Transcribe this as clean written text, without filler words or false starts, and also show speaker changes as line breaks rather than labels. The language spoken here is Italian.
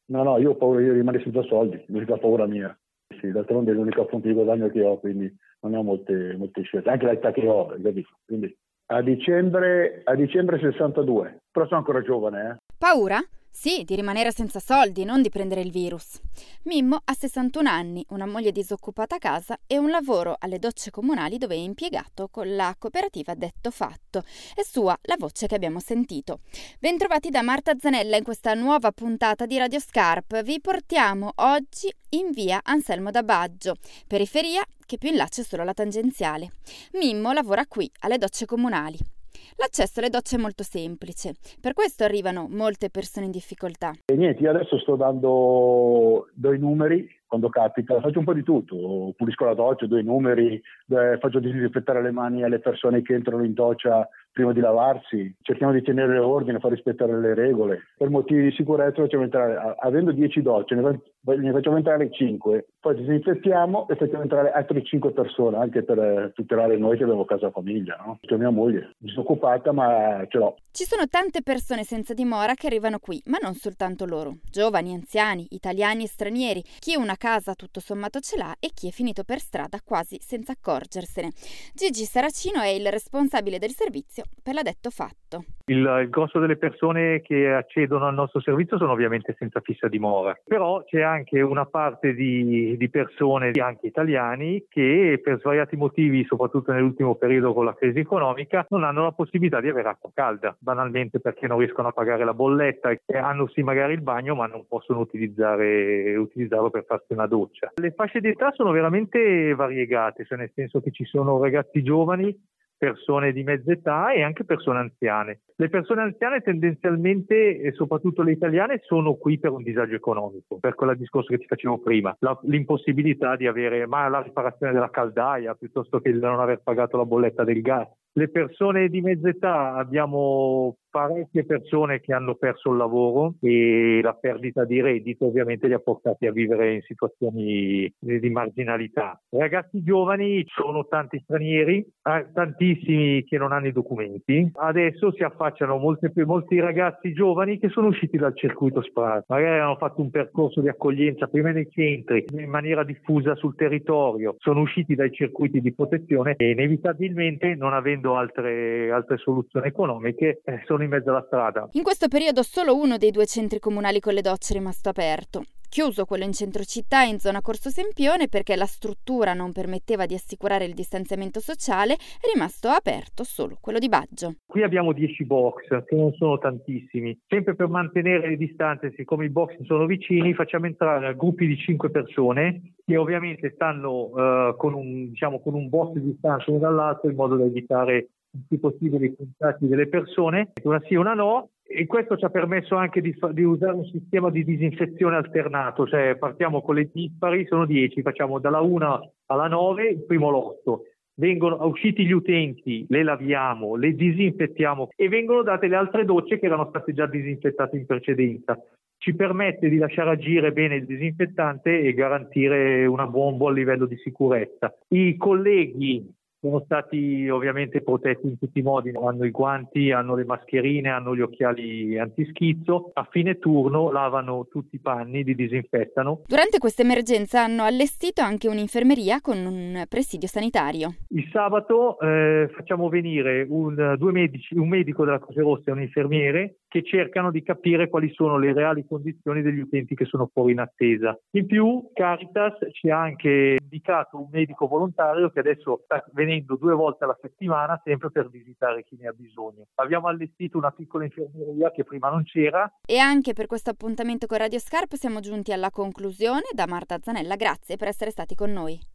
No, io ho paura di rimanere senza soldi, l'unica paura mia. Sì, d'altronde è l'unica fonte di guadagno che ho, quindi non ho molte scelte, anche l'età che ho, capito? Quindi a dicembre 62, però sono ancora giovane, eh.
Paura? Sì, di rimanere senza soldi, non di prendere il virus. Mimmo ha 61 anni, una moglie disoccupata a casa e un lavoro alle docce comunali dove è impiegato con la cooperativa Detto Fatto. È sua la voce che abbiamo sentito. Bentrovati da Marta Zanella in questa nuova puntata di Radio Scarp. Vi portiamo oggi in via Anselmo da Baggio, periferia che più in là c'è solo la tangenziale. Mimmo lavora qui, alle docce comunali. L'accesso alle docce è molto semplice, per questo arrivano molte persone in difficoltà.
E niente, io adesso do i numeri quando capita, faccio un po' di tutto, pulisco la doccia, do i numeri, faccio disinfettare le mani alle persone che entrano in doccia prima di lavarsi, cerchiamo di tenere ordine, far rispettare le regole. Per motivi di sicurezza facciamo entrare, avendo 10 docce, ne facciamo entrare 5, poi disinfettiamo e facciamo entrare altre 5 persone, anche per tutelare noi che abbiamo casa famiglia, no? C'è mia moglie, disoccupata ma ce l'ho.
Ci sono tante persone senza dimora che arrivano qui, ma non soltanto loro. Giovani, anziani, italiani e stranieri, chi una casa tutto sommato ce l'ha e chi è finito per strada quasi senza accorgersene. Gigi Saracino è il responsabile del servizio per l'ha Detto Fatto.
Il grosso delle persone che accedono al nostro servizio sono ovviamente senza fissa dimora, però c'è anche una parte di persone, anche italiani, che per svariati motivi, soprattutto nell'ultimo periodo con la crisi economica, non hanno la possibilità di avere acqua calda, banalmente perché non riescono a pagare la bolletta e hanno sì magari il bagno ma non possono utilizzarlo per farsi una doccia. Le fasce d'età sono veramente variegate, cioè nel senso che ci sono ragazzi giovani, persone di mezza età e anche persone anziane. Le persone anziane tendenzialmente, e soprattutto le italiane, sono qui per un disagio economico, per quel discorso che ti facevo prima, l'impossibilità di avere la riparazione della caldaia piuttosto che il non aver pagato la bolletta del gas. Le persone di mezza età, abbiamo parecchie persone che hanno perso il lavoro e la perdita di reddito ovviamente li ha portati a vivere in situazioni di marginalità. Ragazzi giovani, sono tanti stranieri, tantissimi che non hanno i documenti. Adesso si affacciano molti ragazzi giovani che sono usciti dal circuito SPRAR. Magari hanno fatto un percorso di accoglienza prima nei centri, in maniera diffusa sul territorio, sono usciti dai circuiti di protezione e inevitabilmente, non avendo altre soluzioni economiche, sono in mezzo alla strada.
In questo periodo solo uno dei 2 centri comunali con le docce è rimasto aperto. Chiuso quello in centro città in zona Corso Sempione perché la struttura non permetteva di assicurare il distanziamento sociale, è rimasto aperto solo quello di Baggio.
Qui abbiamo 10 box, che non sono tantissimi. Sempre per mantenere le distanze, siccome i box sono vicini, facciamo entrare gruppi di 5 persone che ovviamente stanno con un box di distanza uno dall'altro in modo da evitare il più possibile i contatti delle persone, una sì, una no. E questo ci ha permesso anche di usare un sistema di disinfezione alternato, cioè partiamo con le dispari, sono 10, facciamo dalla 1 alla 9 il primo lotto, vengono usciti gli utenti, le laviamo, le disinfettiamo e vengono date le altre docce che erano state già disinfettate in precedenza. Ci permette di lasciare agire bene il disinfettante e garantire un buon livello di sicurezza. I colleghi sono stati ovviamente protetti in tutti i modi, hanno i guanti, hanno le mascherine, hanno gli occhiali antischizzo, a fine turno lavano tutti i panni, li disinfettano.
Durante questa emergenza hanno allestito anche un'infermeria con un presidio sanitario.
Il sabato facciamo venire due medici, un medico della Croce Rossa e un infermiere che cercano di capire quali sono le reali condizioni degli utenti che sono fuori in attesa. In più Caritas ci ha anche indicato un medico volontario che adesso sta venendo 2 volte alla settimana sempre per visitare chi ne ha bisogno. Abbiamo allestito una piccola infermeria che prima non c'era.
E anche per questo appuntamento con Radio Scarp siamo giunti alla conclusione. Da Marta Zanella, grazie per essere stati con noi.